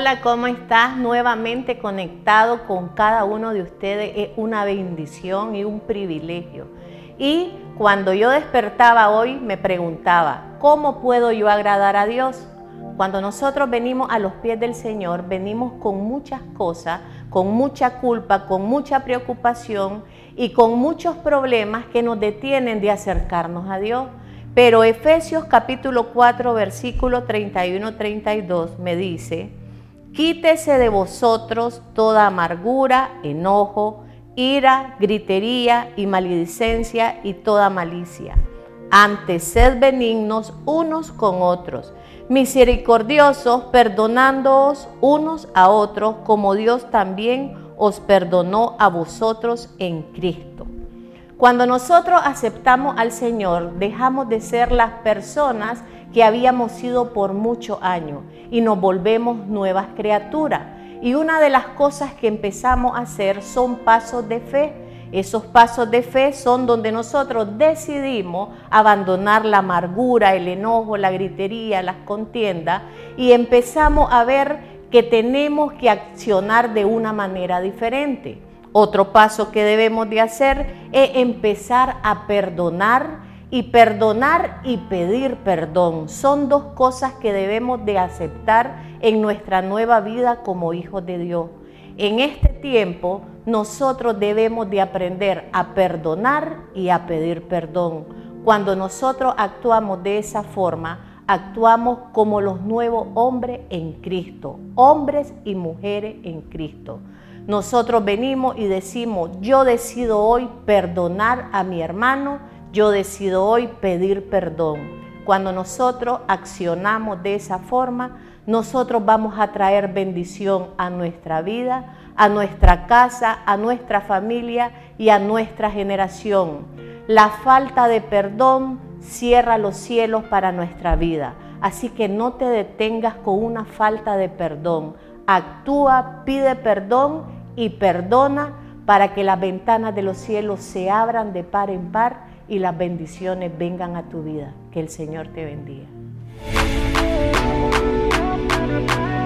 Hola, ¿cómo estás? Nuevamente conectado con cada uno de ustedes. Es una bendición y un privilegio. Y cuando yo despertaba hoy me preguntaba, ¿cómo puedo yo agradar a Dios? Cuando nosotros venimos a los pies del Señor, venimos con muchas cosas, con mucha culpa, con mucha preocupación y con muchos problemas que nos detienen de acercarnos a Dios. Pero Efesios capítulo 4, versículo 31-32 me dice: quítese de vosotros toda amargura, enojo, ira, gritería y maledicencia y toda malicia. Antes sed benignos unos con otros, misericordiosos, perdonándoos unos a otros, como Dios también os perdonó a vosotros en Cristo. Cuando nosotros aceptamos al Señor, dejamos de ser las personas que habíamos sido por muchos años y nos volvemos nuevas criaturas. Y una de las cosas que empezamos a hacer son pasos de fe. Esos pasos de fe son donde nosotros decidimos abandonar la amargura, el enojo, la gritería, las contiendas y empezamos a ver que tenemos que accionar de una manera diferente. Otro paso que debemos de hacer es empezar a perdonar y pedir perdón. Son dos cosas que debemos de aceptar en nuestra nueva vida como hijos de Dios. En este tiempo nosotros debemos de aprender a perdonar y a pedir perdón. Cuando nosotros actuamos de esa forma, actuamos como los nuevos hombres en Cristo, hombres y mujeres en Cristo. Nosotros venimos y decimos, yo decido hoy perdonar a mi hermano, yo decido hoy pedir perdón. Cuando nosotros accionamos de esa forma, nosotros vamos a traer bendición a nuestra vida, a nuestra casa, a nuestra familia y a nuestra generación. La falta de perdón cierra los cielos para nuestra vida. Así que no te detengas con una falta de perdón. Actúa, pide perdón y perdona para que las ventanas de los cielos se abran de par en par y las bendiciones vengan a tu vida. Que el Señor te bendiga.